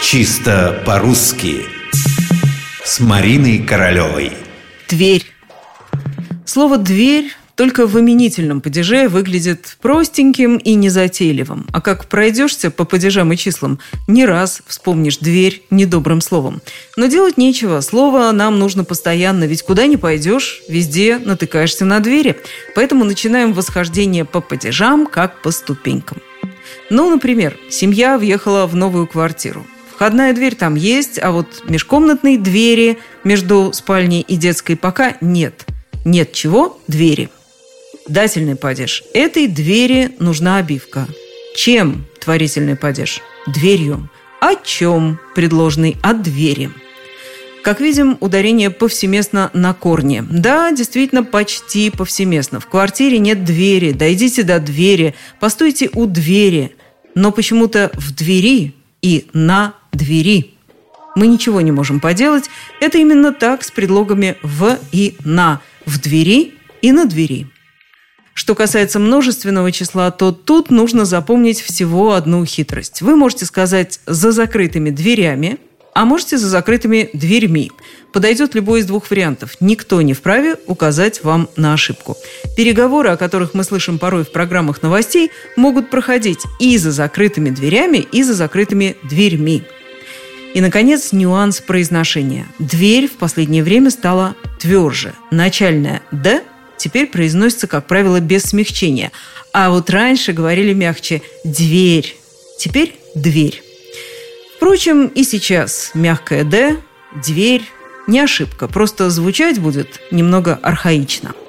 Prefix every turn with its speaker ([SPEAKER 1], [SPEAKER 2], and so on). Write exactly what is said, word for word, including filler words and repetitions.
[SPEAKER 1] Чисто по-русски с Мариной Королевой.
[SPEAKER 2] Дверь. Слово «дверь» только в именительном падеже выглядит простеньким и незатейливым. А как пройдешься по падежам и числам, не раз вспомнишь «дверь» недобрым словом. Но делать нечего, слово нам нужно постоянно, ведь куда ни пойдешь, везде натыкаешься на двери. Поэтому начинаем восхождение по падежам, как по ступенькам. Ну, например, семья въехала в новую квартиру. Входная дверь там есть, а вот межкомнатной двери между спальней и детской пока нет. Нет чего? Двери. Дательный падеж. Этой двери нужна обивка. Чем творительный падеж? Дверью. О чем предложенный? О двери. Как видим, ударение повсеместно на корне. Да, действительно, почти повсеместно. В квартире нет двери. Дойдите до двери. Постойте у двери. Но почему-то в двери и на двери. Мы ничего не можем поделать. Это именно так с предлогами «в» и «на». В двери и на двери. Что касается множественного числа, то тут нужно запомнить всего одну хитрость. Вы можете сказать «за закрытыми дверями», а можете «за закрытыми дверьми». Подойдет любой из двух вариантов. Никто не вправе указать вам на ошибку. Переговоры, о которых мы слышим порой в программах новостей, могут проходить и за закрытыми дверями, и за закрытыми дверьми. И, наконец, нюанс произношения. Дверь в последнее время стала тверже. Начальное «д» теперь произносится, как правило, без смягчения. А вот раньше говорили мягче «дверь». Теперь «дверь». Впрочем, и сейчас мягкое «д», «дверь» не ошибка, просто звучать будет немного архаично.